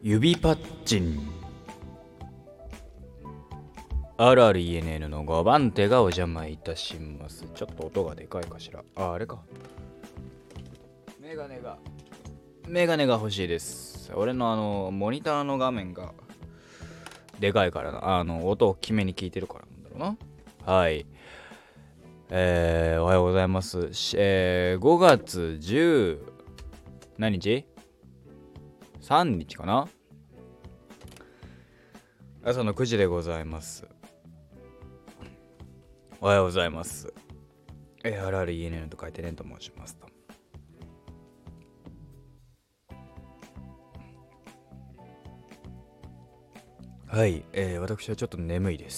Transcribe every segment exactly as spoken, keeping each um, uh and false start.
指パッチン アールアールイーエヌエヌ のごばん手がお邪魔いたします。ちょっと音がでかいかしら。あ、あれか。メガネがメガネが欲しいです。俺のあのモニターの画面がでかいからな。あの音を大きめに聞いてるからなんだろうな。はい。えー、おはようございます。えー、ごがつじゅう何日 ?さん 日かな、朝のくじでございます。おはようございます。アールアールイーエヌエヌ と書いてねと申しますと。はい、えー、私はちょっと眠いです。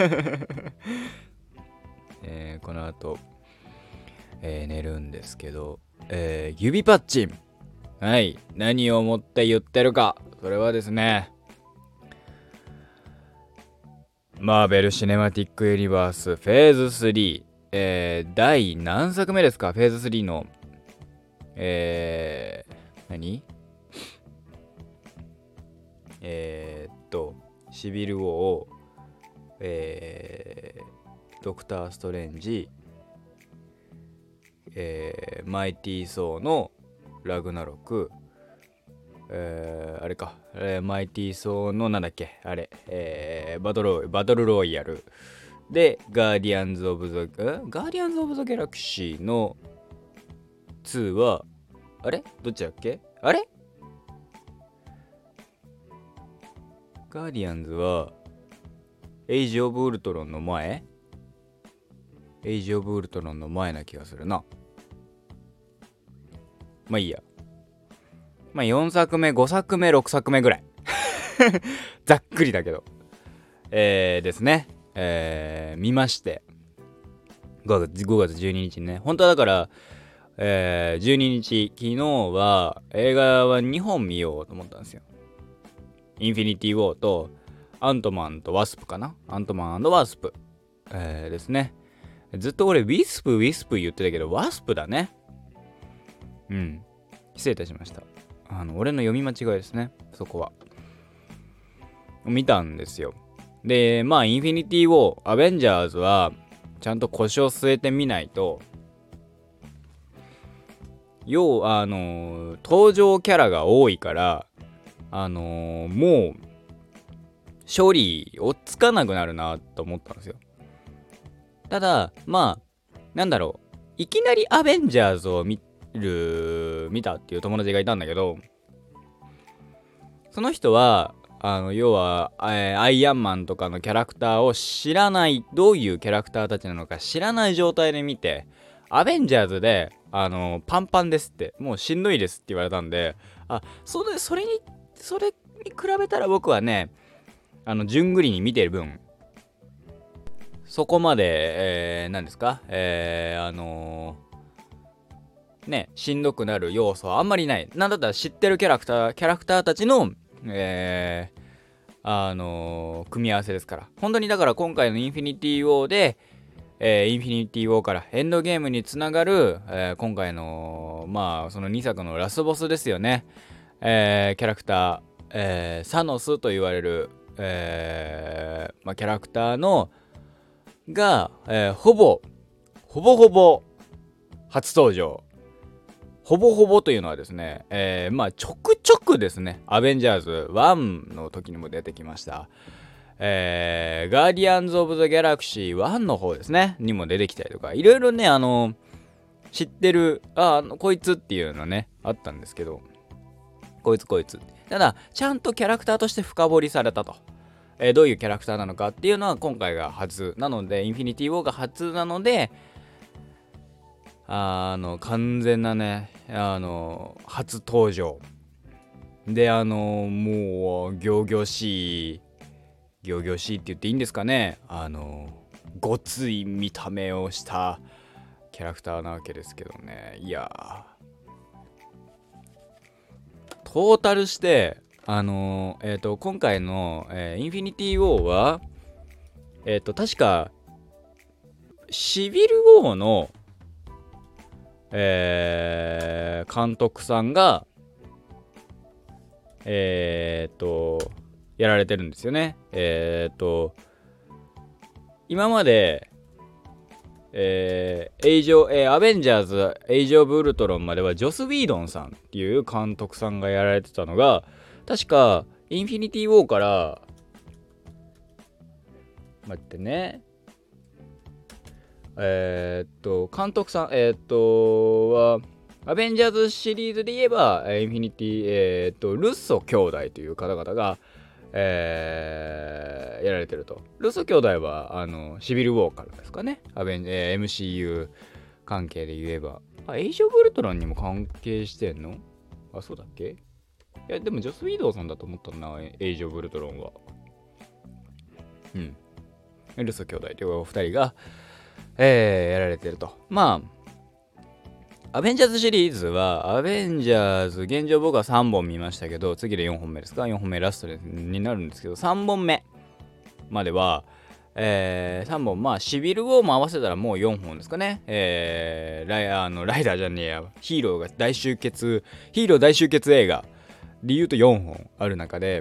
えー、この後、えー、寝るんですけど、えー、指パッチン。はい、何をもって言ってるか。それはですね、マーベル・シネマティック・ユニバースフェーズスリー、えー、第何作目ですか？フェーズスリーの、えー、何えー、っと、シビル・ウォー、えー、ドクター・ストレンジ、えー、マイティー・ソーのラグナロク、えー、あれか、えー、マイティー・ソーのなんだっけあれ、えー、バトルバトルロイヤルでガーディアンズ・オブ・ザ・ガーディアンズ・オブ・ザ・ギャラクシーのツーはあれどっちだっけあれガーディアンズはエイジ・オブ・ウルトロンの前エイジ・オブ・ウルトロンの前な気がするな。まあいいや。まあよんさくめ、ごさくめ、ろくさくめぐらい。ざっくりだけど。えーですね。えー、見まして。ごがつ、ごがつじゅうににちにね。本当はだから、えー、じゅうににち、昨日は映画はにほん見ようと思ったんですよ。インフィニティ・ウォーと、アントマンとワスプかなアントマン&ワスプ。えーですね。ずっと俺、ウィスプ、ウィスプ言ってたけど、ワスプだね。うん。失礼いたしました。あの、俺の読み間違いですね。そこは。見たんですよ。で、まあ、インフィニティ・ウォー、アベンジャーズは、ちゃんと腰を据えてみないと、要、あのー、登場キャラが多いから、あのー、もう、処理追っつかなくなるなと思ったんですよ。ただ、まあ、なんだろう、いきなりアベンジャーズを見る、見たっていう友達がいたんだけど、その人は、あの、要は、えー、アイアンマンとかのキャラクターを知らない、どういうキャラクターたちなのか知らない状態で見て、アベンジャーズで、あの、パンパンですって、もうしんどいですって言われたんで、あ、それ、それに、それに比べたら僕はね、あの、順繰りに見てる分、そこまで、えー、何ですかえー、あのー、ね、しんどくなる要素はあんまりない。なんだったら知ってるキャラクター、キャラクターたちの、えー、あのー、組み合わせですから。本当にだから今回のインフィニティ・ウォーで、えー、インフィニティ・ウォーからエンドゲームにつながる、えー、今回の、まあ、そのにさくのラスボスですよね。えー、キャラクター、えー、サノスと言われる、えー、まあ、キャラクターの、が、えー、ほぼ、ほぼほぼ初登場。ほぼほぼというのはですね、えー、まあちょくちょくですね、アベンジャーズワンの時にも出てきました。えー、ガーディアンズ・オブ・ザ・ギャラクシーワンの方ですね、にも出てきたりとか、いろいろね、あの、知ってる、あ、あのこいつっていうのね、あったんですけど、こいつこいつ。ただ、ちゃんとキャラクターとして深掘りされたと。えー、どういうキャラクターなのかっていうのは今回が初なので、インフィニティ・ウォーが初なので、あの、完全なね、あの、初登場。で、あの、もう、仰々しい、仰々しいって言っていいんですかね。あの、ごつい見た目をしたキャラクターなわけですけどね。いやトータルして、あの、えっ、ー、と、今回の、えー、インフィニティ・ウォーは、えっ、ー、と、確か、シビル・ウォーの、えー、監督さんがえー、っとやられてるんですよね。えー、っと今までえー、エイジョ、えー、アベンジャーズエイジ・オブ・ウルトロンまではジョス・ウィードンさんっていう監督さんがやられてたのが、確かインフィニティ・ウォーから待ってねえー、っと監督さんえー、っとはアベンジャーズシリーズで言えばインフィニティえー、っとルッソ兄弟という方々がえー、やられてると。ルッソ兄弟はあのシビルウォーからですかね。アベン、えー、エムシーユー 関係で言えば。あ、エイジ・オブ・ウルトロンにも関係してんの？あ、そうだっけ？いや、でもジョス・ウィードウさんだと思ったな、エイジ・オブ・ウルトロンは。うん。ルッソ兄弟というお二人が、えー、やられてると。まあ、アベンジャーズシリーズは、アベンジャーズ、現状僕はさんぼん見ましたけど、次でよんほんめですか？ よん 本目ラストになるんですけど、さんぼんめまでは、えー、さんぼん、まあ、シビルウォーも合わせたらもうよんほんですかね。えー、ライあのライダーじゃねえや、ヒーローが大集結、ヒーロー大集結映画で言うとよんほんある中で、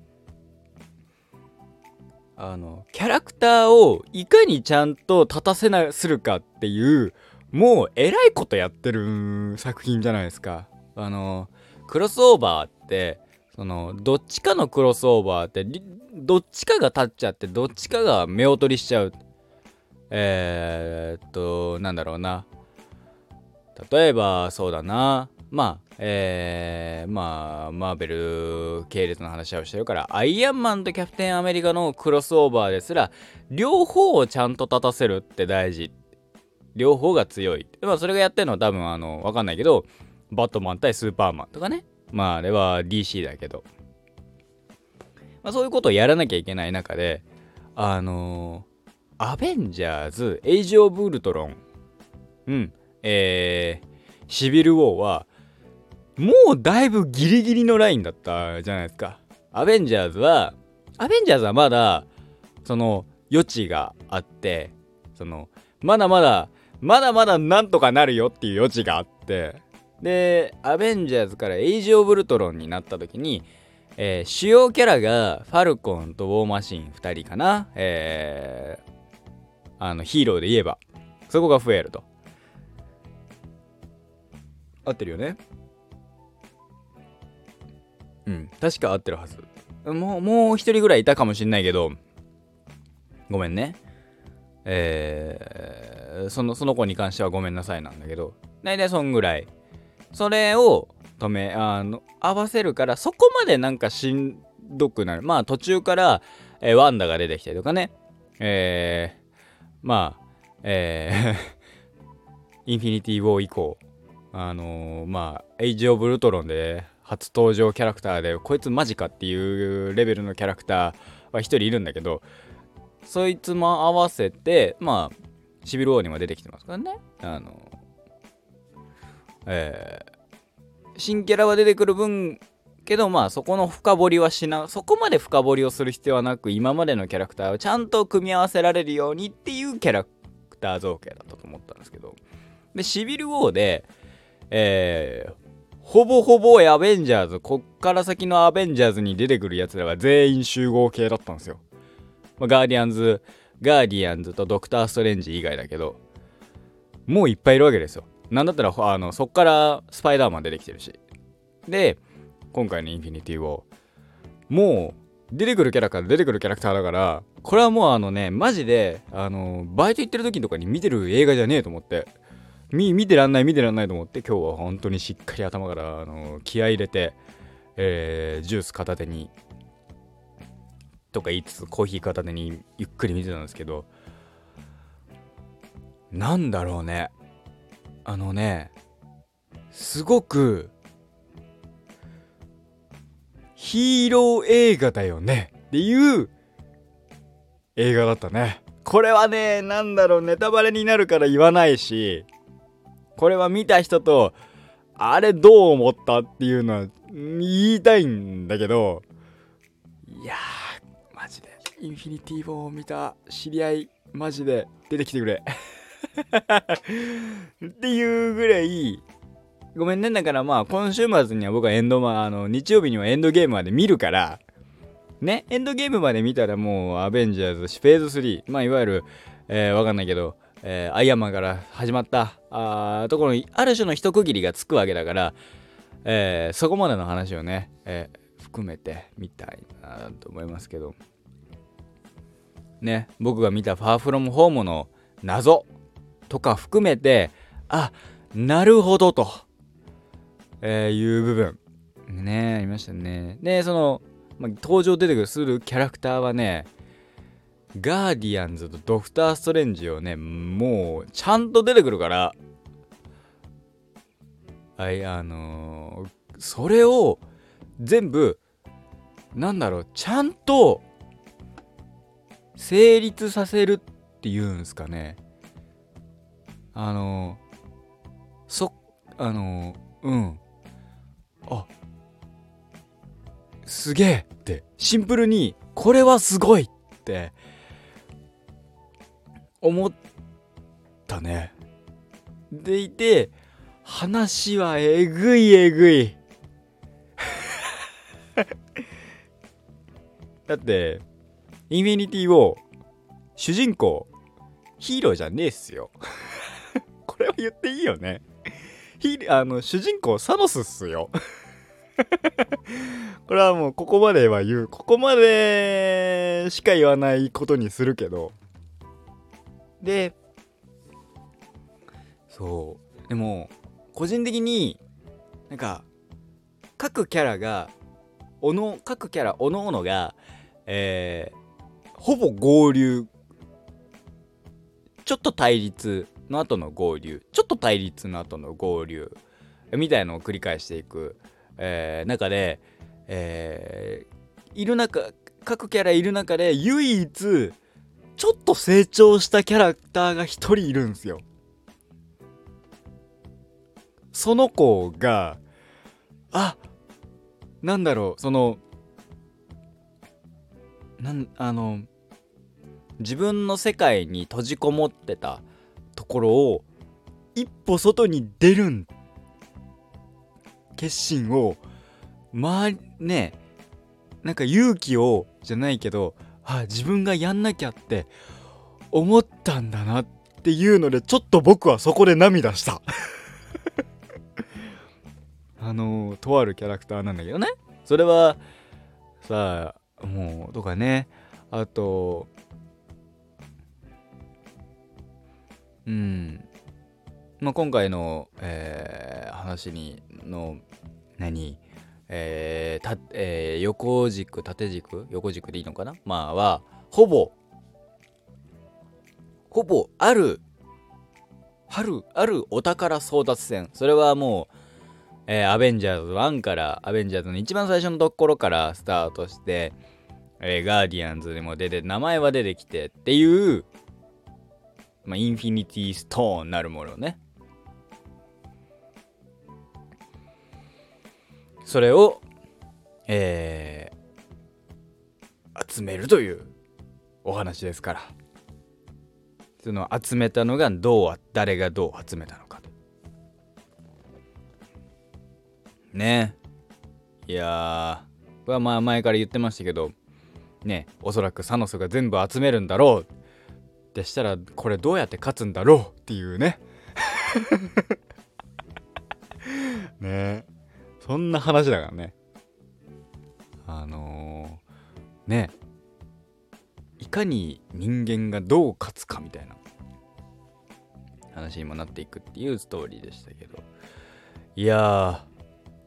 あの、キャラクターをいかにちゃんと立たせな、するかっていう、もうえらいことやってる作品じゃないですか。あの、クロスオーバーって、その、どっちかのクロスオーバーって、どっちかが立っちゃって、どっちかが目を取りしちゃう。えー、っと、なんだろうな。例えば、そうだな。まあ、えー、まあ、マーベル系列の話をしてるから、アイアンマンとキャプテンアメリカのクロスオーバーですら、両方をちゃんと立たせるって大事。両方が強い。まあ、それがやってるのは多分、あの、わかんないけど、バットマン対スーパーマンとかね。まあ、あれは ディーシー だけど。まあ、そういうことをやらなきゃいけない中で、あのー、アベンジャーズ、エイジ・オブ・ウルトロン、うん、えー、シビル・ウォーは、もうだいぶギリギリのラインだったじゃないですか。アベンジャーズは、アベンジャーズはまだ、その、余地があって、その、まだまだ、まだまだなんとかなるよっていう余地があって、で、アベンジャーズからエイジ・オブ・ウルトロンになった時に、えー、主要キャラがファルコンとウォーマシンふたりかな。えー、あの、ヒーローで言えば、そこが増えると。合ってるよね？うん、確か合ってるはず。もう、もう一人ぐらいいたかもしんないけど、ごめんね。えー、その、その子に関してはごめんなさいなんだけど、だいたいそんぐらい。それを止め、あの、合わせるから、そこまでなんかしんどくなる。まあ途中から、えー、ワンダが出てきたりとかね。えー、まあ、えー、インフィニティ・ウォー以降、あのー、まあ、エイジ・オブ・ウルトロンで初登場キャラクターで、こいつマジかっていうレベルのキャラクターは一人いるんだけど、そいつも合わせて、まあ、シビル・ウォーにも出てきてますからね。あのー、えー、新キャラは出てくる分けど、まあそこの深掘りはしな、そこまで深掘りをする必要はなく、今までのキャラクターをちゃんと組み合わせられるようにっていうキャラクター造形だったと思ったんですけど、でシビルウォーで、えー、ほぼほぼアベンジャーズ、こっから先のアベンジャーズに出てくるやつらは全員集合系だったんですよ。まあ、ガーディアンズガーディアンズとドクターストレンジ以外だけど、もういっぱいいるわけですよ。なんだったらあのそっからスパイダーマン出てきてるし、で今回のインフィニティをもう出てくるキャラから出てくるキャラクターだから、これはもうあのね、マジであのバイト行ってる時とかに見てる映画じゃねえと思って、み見てらんない見てらんないと思って、今日は本当にしっかり頭からあの気合い入れて、えー、ジュース片手にとか言いつつコーヒー片手にゆっくり見てたんですけど、なんだろうね、あのね、すごくヒーロー映画だよねっていう映画だったね。これはね、なんだろう、ネタバレになるから言わないし、これは見た人とあれどう思ったっていうのは言いたいんだけど、いやーマジでインフィニティ・ウォーを見た知り合いマジで出てきてくれっていうぐらいごめんね。だからまあ今週末には僕はエンドマあの日曜日にはエンドゲームまで見るからね、エンドゲームまで見たらもうアベンジャーズフェーズスリー、まあいわゆる、えー、わかんないけど、えー、アイアンマンから始まったあところにある種の一区切りがつくわけだから、えー、そこまでの話をね、えー、含めてみたいなと思いますけどね、僕が見たファーフロムホームの謎とか含めて、あ、なるほどと、えー、いう部分ねありましたね。でその、まあ、登場出てくるするキャラクターはね、ガーディアンズとドクターストレンジをねもうちゃんと出てくるから、はいあのー、それを全部なんだろうちゃんと成立させるっていうんすかね。あのー、そあのー、うんあすげえってシンプルにこれはすごいって思ったね。でいて話はえぐいえぐいだってインフィニティウォー主人公ヒーローじゃねえっすよこれは言っていいよね。ヒーあの主人公サノスっすよこれはもうここまでは言うここまでしか言わないことにするけど、でそうでも個人的になんか各キャラがおの各キャラおのおのが、えー、ほぼ合流、ちょっと対立の後の合流、ちょっと対立の後の合流みたいのを繰り返していく、えー、中で、えー、いる中各キャラいる中で唯一ちょっと成長したキャラクターが一人いるんですよ。その子があなんだろうそのなんあの自分の世界に閉じこもってたところを一歩外に出るん決心をまあねなんか勇気をじゃないけどあ自分がやんなきゃって思ったんだなっていうのでちょっと僕はそこで涙したあのとあるキャラクターなんだけどね、それはさあもうとかね、あとうんまあ今回の、えー、話にの何えーたえー、横軸縦軸横軸でいいのかな、まあはほぼほぼあるあるあるお宝争奪戦、それはもうえー、アベンジャーズワンからアベンジャーズの一番最初のところからスタートして、えー、ガーディアンズにも出て名前は出てきてっていう、まあ、インフィニティストーンなるものね、それを、えー、集めるというお話ですから、その集めたのがどう誰がどう集めたのかね。いやーこれはまあ前から言ってましたけどね、おそらくサノスが全部集めるんだろうってしたらこれどうやって勝つんだろうっていうねねそんな話だからね、あのー、ねいかに人間がどう勝つかみたいな話にもなっていくっていうストーリーでしたけど、いやー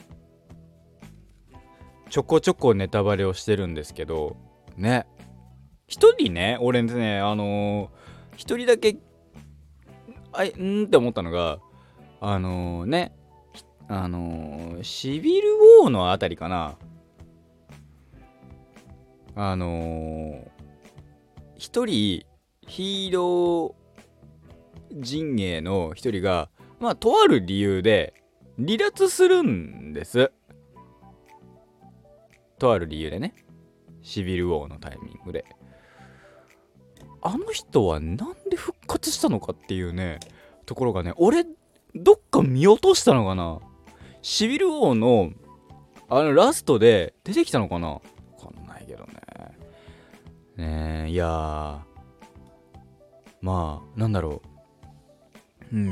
ちょこちょこネタバレをしてるんですけどね、一人ね俺ねあのー、一人だけあいんって思ったのがあのー、ねあのー、シビルウォーのあたりかな、あのー、一人ヒーロー陣営の一人がまあとある理由で離脱するんです。とある理由でね、シビルウォーのタイミングであの人はなんで復活したのかっていうねところがね、俺どっか見落としたのかな、 シビル王のあのラストで出てきたのかな、わかんないけどね。ねえ、いやー、まあなんだろう、うん、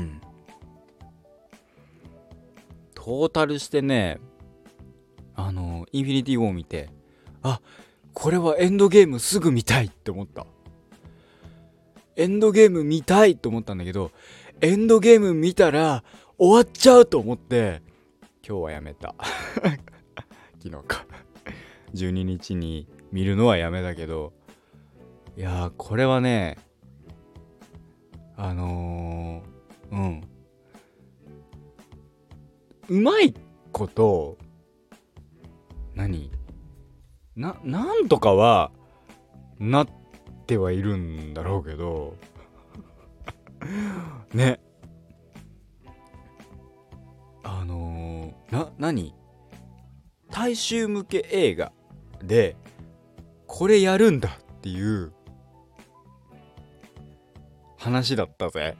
トータルしてね、あのインフィニティ・ウォー見て、あ、これはエンドゲームすぐ見たいって思った。エンドゲーム見たいと思ったんだけど、エンドゲーム見たら終わっちゃうと思って今日はやめた昨日かじゅうににちに見るのはやめたけど、いやーこれはね、あのー、うんうまいこと何ななんとかはなってはいるんだろうけどね、あのー、な何大衆向け映画でこれやるんだっていう話だったぜ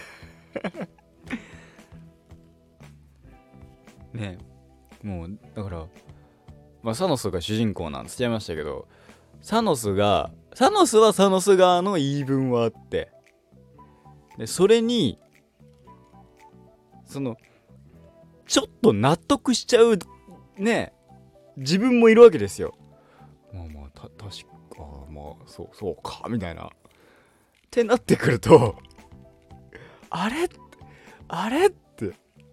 ね、もうだからまあサノスが主人公なんつっちゃいましたけど、サノスがサノスはサノス側の言い分はあって、でそれにそのちょっと納得しちゃうね自分もいるわけですよ。まあまあた確かまあそうそうかみたいなってなってくるとあれあれって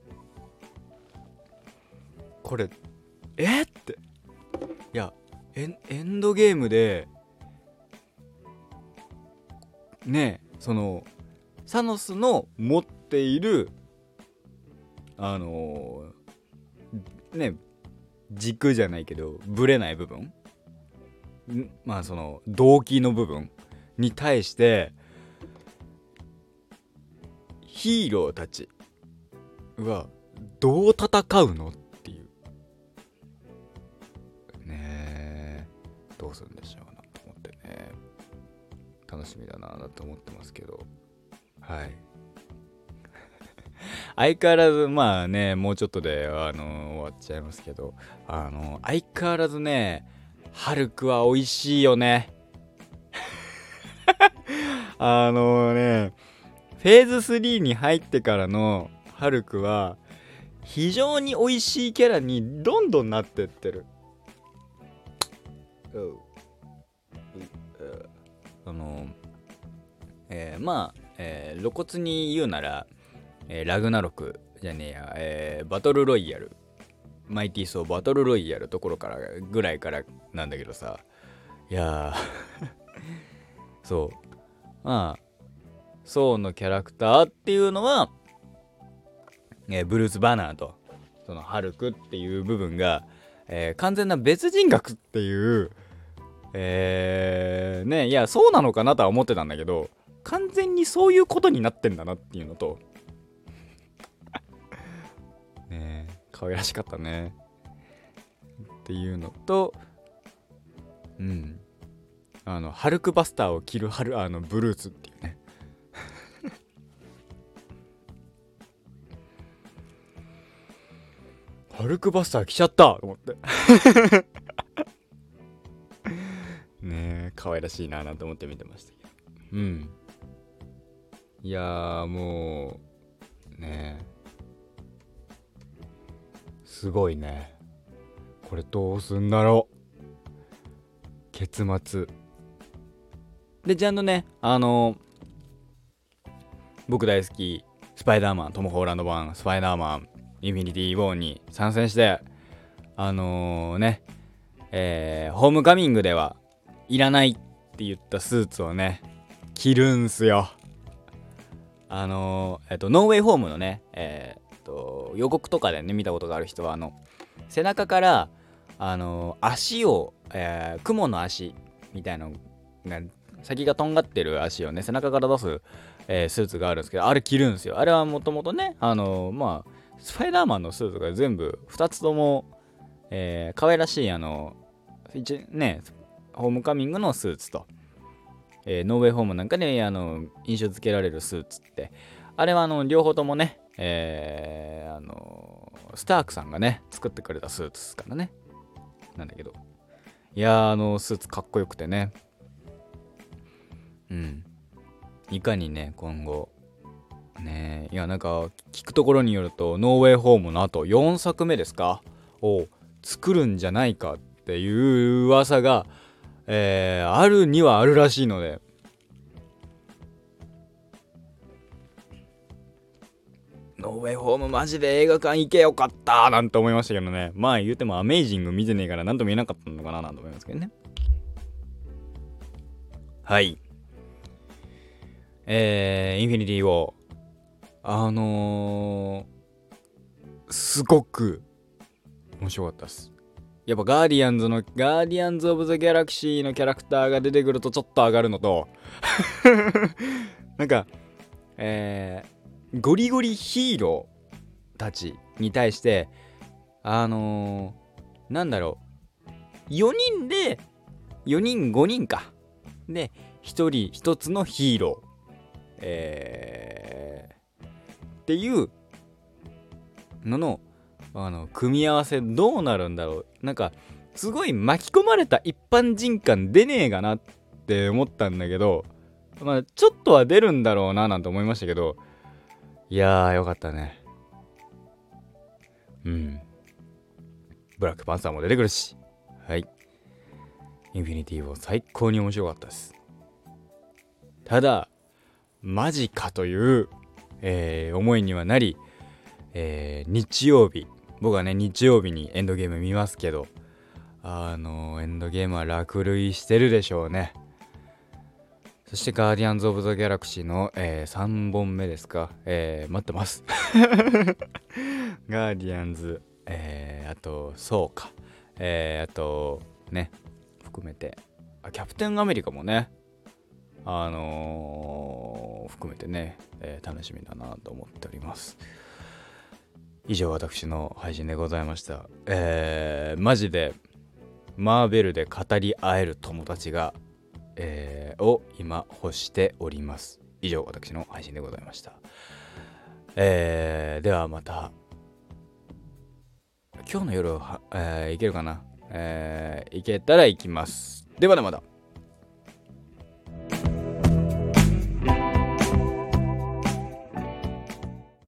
これえっていやエン、エンドゲームでねそのサノスの持っているあのー、ね軸じゃないけどブレない部分、まあその動機の部分に対してヒーローたちはどう戦うのっていうねえ、どうするんでしょうなと思ってね、楽しみだなと思ってますけど、はい相変わらずまあねもうちょっとであの終わっちゃいますけど、あの相変わらずねハルクは美味しいよねあのねフェーズスリーに入ってからのハルクは非常に美味しいキャラにどんどんなってってる。あのえー、まあ、えー、露骨に言うなら、えー、ラグナロクじゃねえや、えー、バトルロイヤルマイティーソーバトルロイヤルところからぐらいからなんだけどさ、いやそうまあソーのキャラクターっていうのは、えー、ブルース・バナーとそのハルクっていう部分が、えー、完全な別人格っていうえー、ねいやそうなのかなとは思ってたんだけど、完全にそういうことになってんだなっていうのとねえ可愛らしかったねっていうのと、うんあのハルクバスターを着るハルあのブルースっていうねハルクバスター着ちゃったと思ってねえ可愛らしいななんて思って見てましたけど、うんいやーもうねえすごいね、これどうすんだろう結末でちゃんとねあのー、僕大好きスパイダーマントム・ホーランド版スパイダーマンインフィニティ・ウォーに参戦してあのー、ねえー、ホームカミングではいらないって言ったスーツをね着るんすよ。あのー、えっとノーウェイホームのねえー、っと予告とかでね見たことがある人はあの背中からあのー、足を、えー、雲の足みたいなのが先がとんがってる足をね背中から出す、えー、スーツがあるんですけど、あれ着るんですよ。あれはもともとねあのー、まあスパイダーマンのスーツが全部ふたつとも、えー、可愛らしいあの一ねホームカミングのスーツと、えー、ノーウェイホームなんかで、ね、あの印象付けられるスーツってあれはあの両方ともね、えー、あのスタークさんがね作ってくれたスーツですからね。なんだけど、いやあのスーツかっこよくてね、うんいかにね今後ね、いやなんか聞くところによるとノーウェイホームのあとよんさくめですかを作るんじゃないかっていう噂が、えー、あるにはあるらしいので、ノーウェイホームマジで映画館行けよかったなんて思いましたけどね。まあ言うてもアメイジング見てねえから何とも言えなかったのかななんて思いますけどね。はい、えー、インフィニティ・ウォー、あのー、すごく面白かったです。やっぱガーディアンズのガーディアンズ・オブ・ザ・ギャラクシーのキャラクターが出てくるとちょっと上がるのとなんかえー、ゴリゴリヒーローたちに対してあのー、なんだろう、よにんでよにんごにんかでひとりひとつのヒーロー、えー、っていうののあの組み合わせどうなるんだろう。なんかすごい巻き込まれた一般人感出ねえかなって思ったんだけど、まあちょっとは出るんだろうななんて思いましたけど、いやーよかったね。うん、ブラックパンサーも出てくるし、はい、インフィニティも最高に面白かったです。ただマジかという、えー、思いにはなり、えー、日曜日僕はね日曜日にエンドゲーム見ますけど、あのー、エンドゲームは落類してるでしょうね。そしてガーディアンズ・オブ・ザ・ギャラクシーの、えー、さんぼんめですか、えー、待ってますガーディアンズ、えー、あとそうか、えー、あとね含めてあキャプテンアメリカもねあのー、含めてね、えー、楽しみだなと思っております。以上私の配信でございました。えー、マジでマーベルで語り合える友達が、えー、を今欲しております。以上私の配信でございました。えー、ではまた今日の夜は、えー、いけるかな、えー、いけたら行きます。ではまだまだ